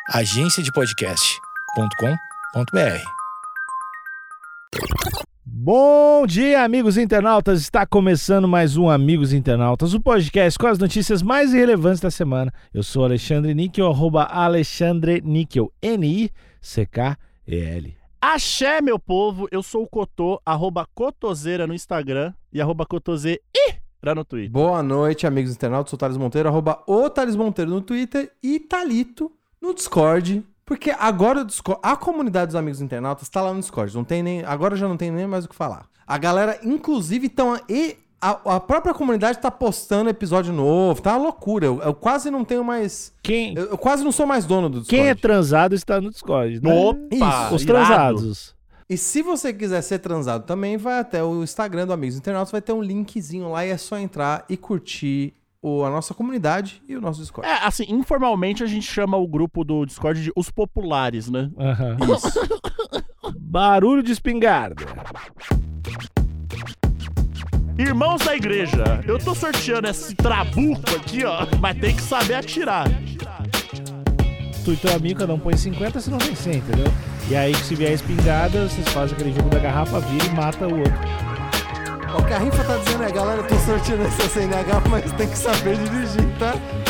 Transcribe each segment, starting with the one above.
agenciadepodcast.com.br. Bom dia, amigos internautas! Está começando mais um Amigos Internautas, o podcast com as notícias mais irrelevantes da semana. Eu sou Alexandre Níquel, @Alexandre Níquel, N-I-C-K-E-L. Axé, meu povo, eu sou o Cotô, @Cotoseira no Instagram e @Cotoseira no Twitter. Boa noite, amigos internautas, sou o Thales Monteiro, @o Thales Monteiro no Twitter e Thalito no Discord, porque agora o Discord, a comunidade dos amigos internautas tá lá no Discord, agora já não tem nem mais o que falar. A galera, inclusive, a própria comunidade tá postando episódio novo, tá uma loucura, eu quase não tenho mais... Eu quase não sou mais dono do Discord. Quem é transado está no Discord, né? Opa! Os irado. transados. E se você quiser ser transado também, vai até o Instagram do Amigos Internautas, vai ter um linkzinho lá e é só entrar e curtir a nossa comunidade e o nosso Discord. É, assim, informalmente a gente chama o grupo do Discord de Os Populares, né? Aham. Isso. Barulho de espingarda. Irmãos da igreja, eu tô sorteando esse trabuco aqui, ó, mas tem que saber atirar. Tu e teu amigo, cada um põe 50, se não tem 100, entendeu? E aí, se vier espingarda, vocês fazem aquele jogo da garrafa, vira e mata o outro. O que a rifa tá dizendo é, galera, eu tô sorteando essa CNH, mas tem que saber dirigir, tá?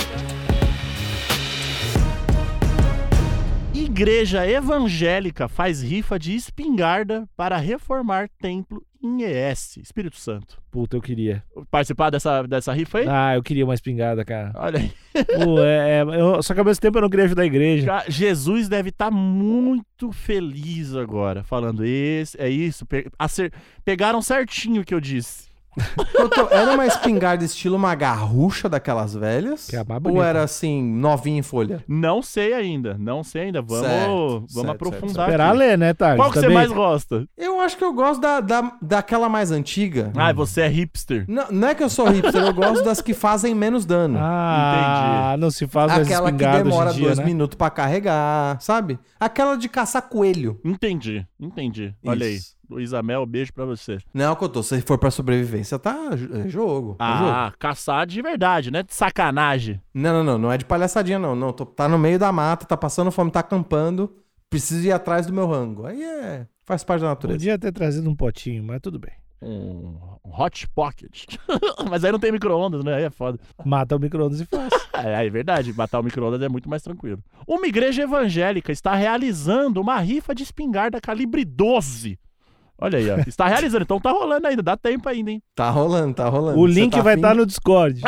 Igreja evangélica faz rifa de espingarda para reformar templo em ES, Espírito Santo. Puta, eu queria. Participar dessa rifa aí? Ah, eu queria uma espingarda, cara. Olha aí. Pô, só que ao mesmo tempo eu não queria ajudar a igreja. Cara, Jesus deve estar muito feliz agora, falando é isso, pegaram certinho o que eu disse. Era uma espingarda estilo uma garrucha daquelas velhas? Que é a mais Ou bonita. era assim, novinha em folha? Não sei ainda. Vamos Certo, aprofundar Esperar aqui. ler, né, Thales? Qual que você Também- mais gosta? Eu acho que eu gosto daquela mais antiga. Ah, você é hipster. Não é que eu sou hipster, eu gosto das que fazem menos dano. Ah, não se faz mais Aquela que espingarda demora hoje em dia, 2 né? minutos pra carregar, sabe? Aquela de caçar coelho. Entendi. Olha aí. Isso. Luísa Mel, beijo pra você. Não, Cotô, se for pra sobrevivência, tá é jogo. É jogo. Ah, caçar de verdade, né? De sacanagem. Não é de palhaçadinha, não. Tá no meio da mata, tá passando fome, tá acampando, preciso ir atrás do meu rango. Aí faz parte da natureza. Podia ter trazido um potinho, mas tudo bem. Um hot pocket. Mas aí não tem micro-ondas, né? Aí é foda. Mata o micro-ondas e faz. É verdade, matar o micro-ondas é muito mais tranquilo. Uma igreja evangélica está realizando uma rifa de espingarda calibre 12. Olha aí, ó. Está realizando, então tá rolando ainda, dá tempo ainda, hein? Tá rolando. O Você link tá vai afim estar de- no Discord.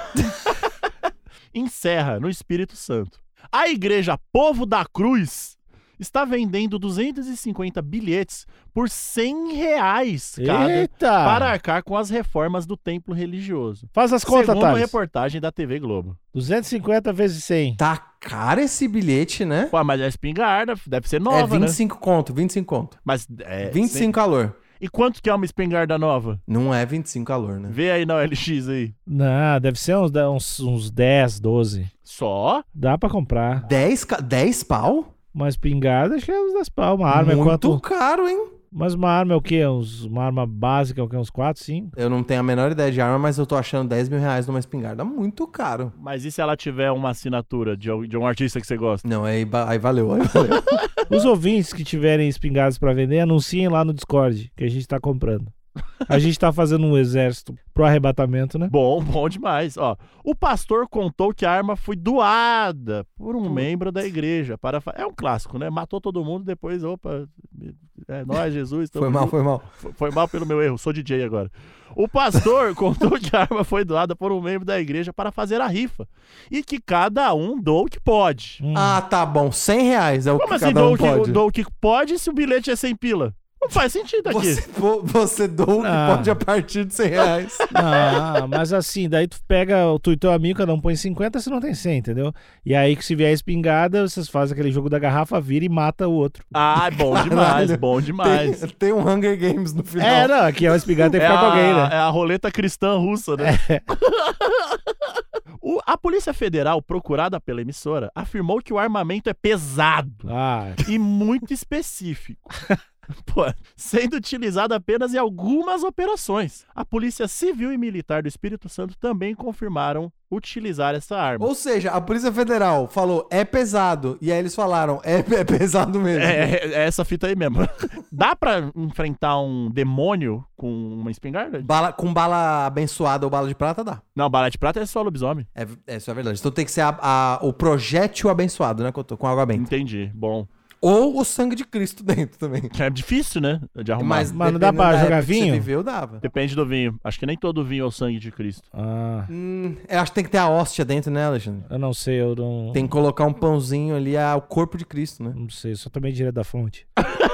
Encerra no Espírito Santo. A igreja Povo da Cruz está vendendo 250 bilhetes por R$100 cada Eita! para arcar com as reformas do templo religioso. Faz as contas, Segundo Thales. reportagem da TV Globo. 250 vezes 100. Tá caro esse bilhete, né? Pô, mas a espingarda deve ser É nova, né? 25 conto. Mas 25 calor. E quanto que é uma espingarda nova? Não é 25 calor, né? Vê aí na OLX aí. Não, deve ser uns 10, 12. Só? Dá pra comprar. 10 pau? Uma espingarda, acho que é uns 10 pau. Uma arma é Muito quanto? caro, hein? Mas uma arma é o quê? Uma arma básica é o quê? Uns 4, 5? Eu não tenho a menor ideia de arma, mas eu tô achando R$10 mil numa espingarda. Muito caro. Mas e se ela tiver uma assinatura de um artista que você gosta? Não, aí valeu. Os ouvintes que tiverem espingardas pra vender, anunciem lá no Discord, que a gente tá comprando. A gente tá fazendo um exército pro arrebatamento, né? Bom demais. Ó, o pastor contou que a arma foi doada por um membro da igreja. É um clássico, né? Matou todo mundo, depois, opa, é nóis, Jesus. Foi mal. Foi mal pelo meu erro, sou DJ agora. O pastor contou que a arma foi doada por um membro da igreja para fazer a rifa. E que cada um doa o que pode. Ah, tá bom. R$100 é o Como que assim cada um doa pode. o que pode se o bilhete é 100 pila? Não faz sentido aqui. Você doa o que Ah. pode a partir de R$100. Ah, mas assim, daí tu pega tu e teu amigo, cada um põe 50, se não tem 100, entendeu? E aí que se vier espingarda, vocês fazem aquele jogo da garrafa, vira e mata o outro. Ah, bom demais. Tem um Hunger Games no final. Não, aqui é uma espingarda, tem que ficar com alguém, né? É a roleta cristã russa, né? A Polícia Federal, procurada pela emissora, afirmou que o armamento é pesado Ah, e muito específico. Pô, sendo utilizado apenas em algumas operações. A Polícia Civil e Militar do Espírito Santo também confirmaram utilizar essa arma. Ou seja, a Polícia Federal falou, é pesado. E aí eles falaram, é pesado mesmo. É essa fita aí mesmo. Dá pra enfrentar um demônio com uma espingarda? Com bala abençoada ou bala de prata, dá. Não, bala de prata é só lobisomem. Isso é verdade. Então tem que ser o projétil abençoado, né? Com água benta. Entendi. Bom. Ou o sangue de Cristo dentro também. É difícil, né? De arrumar. Mas não dá pra jogar vinho? Que você viveu, dava. Depende do vinho. Acho que nem todo vinho é o sangue de Cristo. Eu acho que tem que ter a hóstia dentro, né, Alexandre? Eu não sei, eu não... Tem que colocar um pãozinho ali, o corpo de Cristo, né? Não sei, só tomei direto da fonte.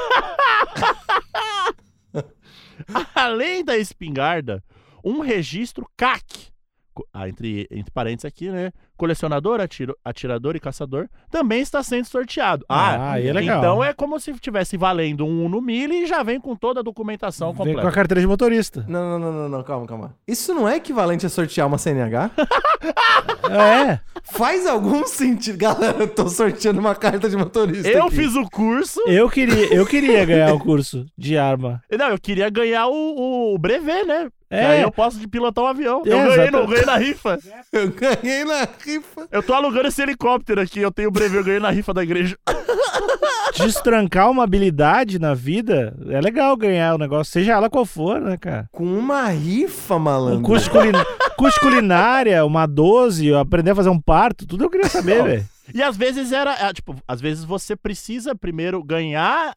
Além da espingarda, um registro CAC, entre parênteses aqui, né? Colecionador, atirador e caçador, também está sendo sorteado. Aí é legal. Então é como se estivesse valendo um no milho e já vem com toda a documentação Vem completa. com a carteira de motorista. Não, calma. Isso não é equivalente a sortear uma CNH? É. Faz algum sentido. Galera, eu tô sorteando uma carta de motorista Eu aqui. fiz o curso. Eu queria ganhar o curso de arma. Não, eu queria ganhar o brevet, né? É. Aí eu posso pilotar um avião. É, Eu ganhei na rifa. Eu ganhei na rifa. Eu tô alugando esse helicóptero aqui. Eu tenho o brevet, eu ganhei na rifa da igreja. Destrancar uma habilidade na vida, é legal ganhar o negócio, seja ela qual for, né, cara? Com uma rifa, malandro. Um curso culinária, uma 12, aprender a fazer um parto, tudo eu queria saber, velho. E às vezes às vezes você precisa primeiro ganhar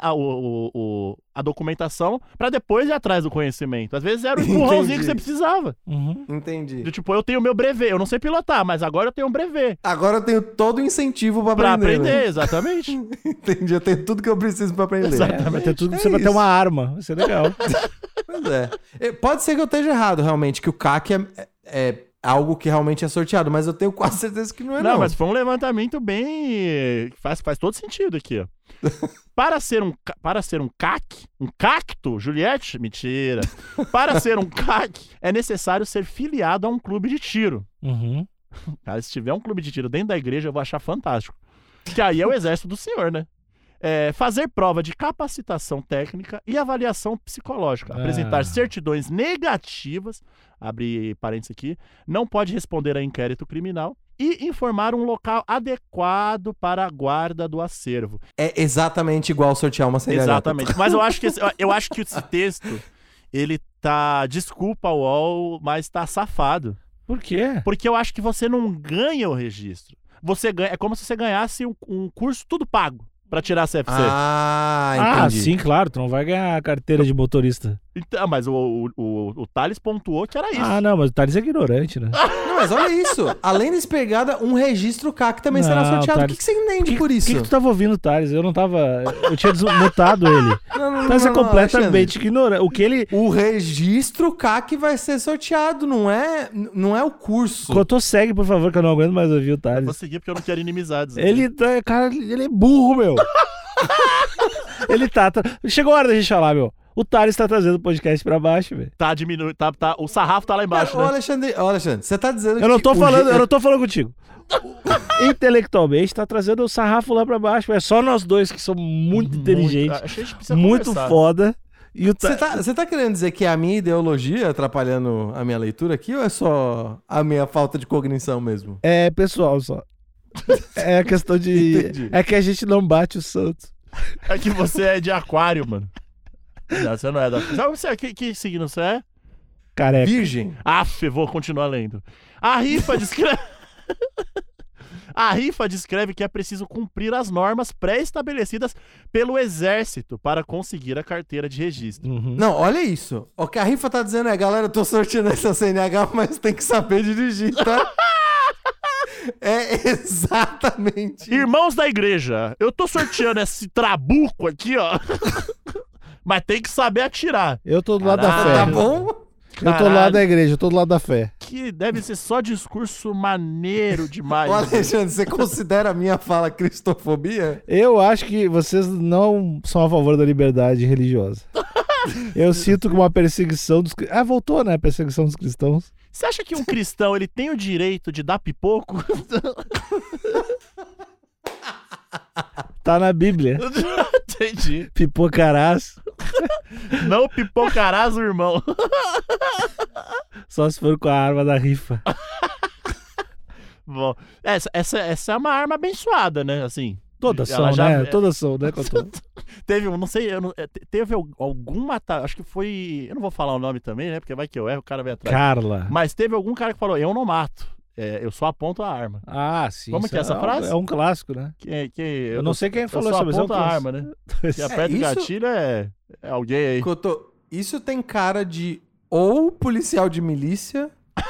a documentação pra depois ir atrás do conhecimento. Às vezes era o empurrãozinho que você precisava. Uhum. Entendi. Eu tenho meu brevet, eu não sei pilotar, mas agora eu tenho um brevet. Agora eu tenho todo o incentivo pra Pra aprender. aprender, Né? exatamente. Entendi, eu tenho tudo que eu preciso pra aprender. Exato. Vai ter tudo que você vai ter uma arma, vai ser legal. Pois é. Pode ser que eu esteja errado, realmente, que o CAC é algo que realmente é sorteado, mas eu tenho quase certeza que não é, não. Não, mas foi um levantamento bem... Faz todo sentido aqui, ó. Para ser um CAC, um cacto, Juliette? Mentira. Para ser um CAC, é necessário ser filiado a um clube de tiro. Uhum. Cara, se tiver um clube de tiro dentro da igreja, eu vou achar fantástico. Que aí é o exército do senhor, né? Fazer prova de capacitação técnica e avaliação psicológica. Apresentar certidões negativas, abre parênteses aqui, não pode responder a inquérito criminal e informar um local adequado para a guarda do acervo. É exatamente igual sortear uma CNH. Exatamente. Mas eu acho que esse texto, ele tá, desculpa o UOL, mas tá safado. Por quê? Porque eu acho que você não ganha o registro. Você ganha, é como se você ganhasse um curso tudo pago pra tirar a CFC. Entendi. Sim, claro, tu não vai ganhar a carteira de motorista. Então, mas o Thales pontuou que era isso. Não, mas o Thales é ignorante, né? Não, mas olha isso. Além desse pegada, um registro CAC também será sorteado. Thales, O que você entende por isso? Por que tu tava ouvindo o Thales? Eu não tava... Eu tinha desmutado ele. O Thales é completamente ignorante. O registro CAC vai ser sorteado, não é o curso. Cotô, segue, por favor, que eu não aguento mais ouvir o Thales. Vou seguir porque eu não quero inimizades. Ele é burro, meu. Ele Chegou a hora da gente falar, meu. O Thales tá trazendo o podcast pra baixo, velho. Tá diminuindo, o sarrafo tá lá embaixo, Cara, né? Alexandre, você tá dizendo que... Eu não tô falando contigo. Intelectualmente tá trazendo o sarrafo lá pra baixo. É só nós dois que somos muito inteligentes, Acho que a gente precisa muito conversar. foda. E o Você tá querendo dizer que é a minha ideologia atrapalhando a minha leitura aqui ou é só a minha falta de cognição mesmo? É pessoal só. É a questão de... Entendi. É que a gente não bate o santo. É que você é de aquário, mano. Não, você não é da... Sabe você, que signo você é? Careca. Virgem. Vou continuar lendo. A rifa descreve que é preciso cumprir as normas pré-estabelecidas pelo Exército para conseguir a carteira de registro. Uhum. Não, olha isso. O que a rifa tá dizendo é, galera, eu tô sorteando essa CNH, mas tem que saber dirigir, tá? É exatamente. Irmãos da igreja, eu tô sorteando esse trabuco aqui, ó. Mas tem que saber atirar. Eu tô do lado da Caralho. fé. Tá bom? Eu tô do lado da igreja, eu tô do lado da fé. Que deve ser só discurso maneiro demais. Ô, Alexandre, você considera a minha fala cristofobia? Eu acho que vocês não são a favor da liberdade religiosa. Eu sinto que uma perseguição dos... voltou, né? A perseguição dos cristãos. Você acha que um cristão, ele tem o direito de dar pipoco? Tá na Bíblia. Entendi. Pipocarás. Não pipocarás o irmão. Só se for com a arma da rifa. Bom, essa é uma arma abençoada, né? Assim. Todas Ela são, já- né? Todas são, né, Cotô? Teve, não sei, teve alguma. Acho que foi. Eu não vou falar o nome também, né? Porque vai que eu erro, o cara vem atrás. Carla. Mas teve algum cara que falou: eu não mato, eu só aponto a arma. Ah, sim. Como isso que é essa frase? É um clássico, né? Eu não sei quem falou só isso, mas é um aponto a clássico. arma, né? Que aperta o isso- gatilho é alguém aí. Cotô, isso tem cara de ou policial de milícia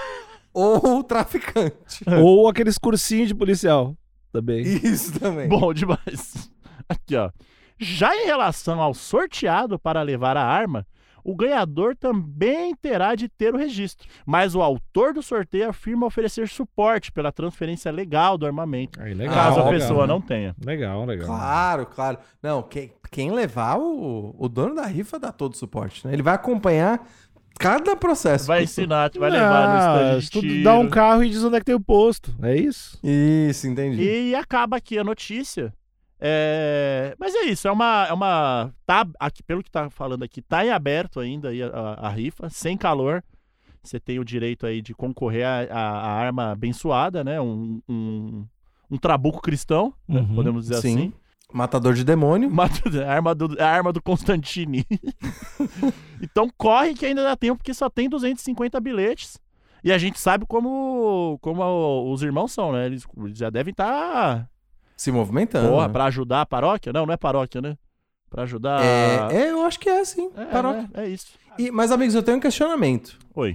ou traficante. Ou aqueles cursinhos de policial também. Isso também. Bom demais. Aqui, ó. Já em relação ao sorteado para levar a arma, o ganhador também terá de ter o registro. Mas o autor do sorteio afirma oferecer suporte pela transferência legal do armamento, Aí, legal, caso a legal, pessoa né? não tenha. Legal. Claro, claro. Não, quem levar, o dono da rifa dá todo o suporte, né? Ele vai acompanhar cada processo. Vai ensinar, vai levar no estande de tu tiro. dá um carro e diz onde é que tem o posto. É isso? Isso, entendi. E acaba aqui a notícia. Mas é isso, tá, aqui, pelo que tá falando aqui, tá em aberto ainda aí a rifa, sem calor. Você tem o direito aí de concorrer à arma abençoada, né? Um trabuco cristão, né? Uhum, Podemos dizer sim. assim. Matador de demônio. A arma do Constantini. Então corre que ainda dá tempo, porque só tem 250 bilhetes. E a gente sabe como os irmãos são, né? Eles já devem estar... Se movimentando. Porra, né? pra ajudar a paróquia? Não é paróquia, né? Pra ajudar... Eu acho que é sim. Paróquia. É isso. Mas, amigos, eu tenho um questionamento. Oi.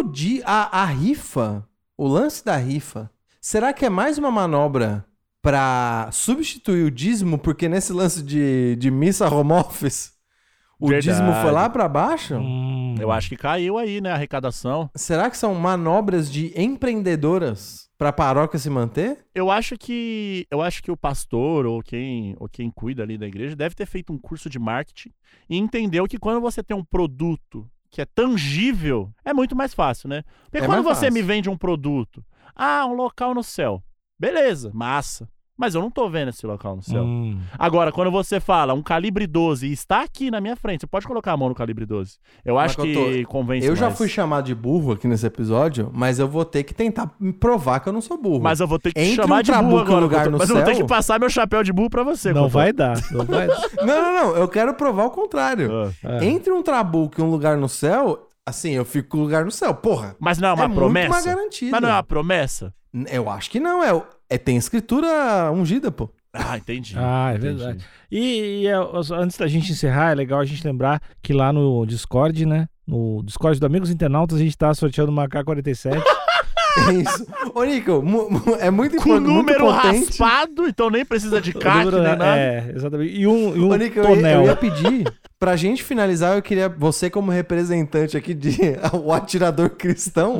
A rifa, o lance da rifa, será que é mais uma manobra pra substituir o dízimo? Porque nesse lance de missa home office, o Verdade. dízimo foi lá pra baixo? Eu acho que caiu aí, né? A arrecadação. Será que são manobras de empreendedoras pra paróquia se manter? Eu acho que o pastor ou quem cuida ali da igreja deve ter feito um curso de marketing e entendeu que quando você tem um produto que é tangível, é muito mais fácil, né? Porque É quando mais você fácil. me vende um produto, um local no céu, beleza, massa. Mas eu não tô vendo esse local no céu. Agora, quando você fala um calibre 12 e está aqui na minha frente, você pode colocar a mão no calibre 12. Eu acho que convence Eu já mais. fui chamado de burro aqui nesse episódio, mas eu vou ter que tentar me provar que eu não sou burro. Mas eu vou ter que te Entre chamar um de burro trabuco e um agora. lugar Couto. no Mas eu vou ter céu- que passar meu chapéu de burro pra você. Não Couto. vai dar. Não vai dar. Não. Eu quero provar o contrário. É. Entre um trabuco e um lugar no céu, assim, eu fico com o lugar no céu. Porra, Mas não é uma é muito promessa? mais garantido. Mas não é uma promessa? Eu acho que não. Tem escritura ungida, pô. Ah, entendi. É Entendi. verdade. E antes da gente encerrar, é legal a gente lembrar que lá no Discord, né? No Discord do Amigos Internautas, a gente tá sorteando uma K-47. É isso. Ô, Nico, é muito Com o importante. número muito potente. raspado, então nem precisa de O CAC número- nem nada. exatamente. E um Ô, Nico, eu tonel. ia pedir, pra gente finalizar, eu queria, você como representante aqui de o atirador cristão,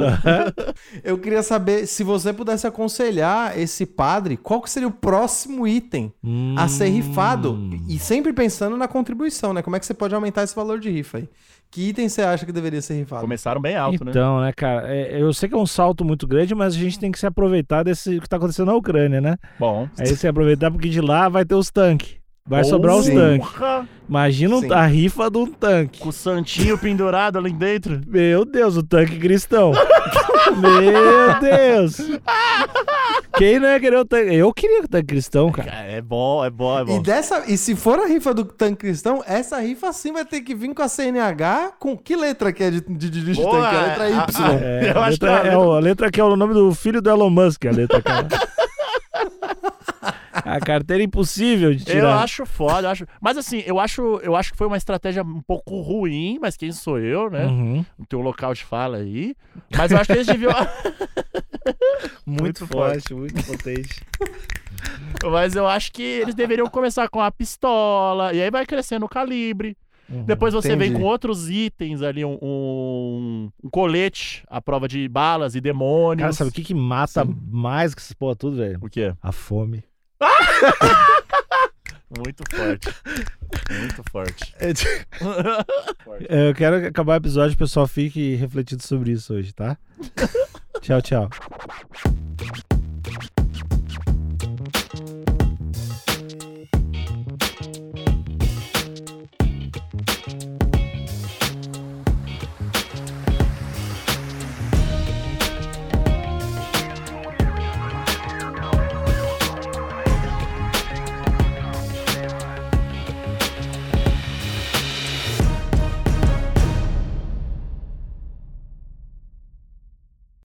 eu queria saber se você pudesse aconselhar esse padre, qual que seria o próximo item a ser rifado? E sempre pensando na contribuição, né? Como é que você pode aumentar esse valor de rifa aí? Que item você acha que deveria ser rifado? Começaram bem alto, né? Então, né, cara, eu sei que é um salto muito grande, mas a gente tem que se aproveitar desse que tá acontecendo na Ucrânia, né? Bom. Aí você aproveitar porque de lá vai ter os tanques. Vai sobrar os sim. tanques. Porra, Imagina Sim. a rifa de um tanque. com o santinho pendurado ali dentro. Meu Deus, o tanque cristão. Meu Deus. Quem não ia querer o tanque? Eu queria o tanque cristão, cara. É bom. E se for a rifa do tanque cristão, essa rifa sim vai ter que vir com a CNH. Com que letra que é de Boa, tanque? A letra Y. É, Eu a acho que letra, é a letra que é o nome do filho do Elon Musk, a letra, cara. A carteira é impossível de Eu tirar. acho foda, Mas assim, eu acho que foi uma estratégia um pouco ruim, mas quem sou eu, né? Uhum. O teu local de fala aí. Mas eu acho que eles deviam. Muito forte, muito potente. Mas eu acho que eles deveriam começar com a pistola, e aí vai crescendo o calibre. Uhum. Depois você vem Entendi. com outros itens ali, um colete à prova de balas e demônios. Cara, sabe o que mata mais que essas porra tudo, velho? O quê? A fome. Muito forte. Muito forte. Eu quero acabar o episódio, o pessoal fique refletindo sobre isso hoje, tá? Tchau, tchau.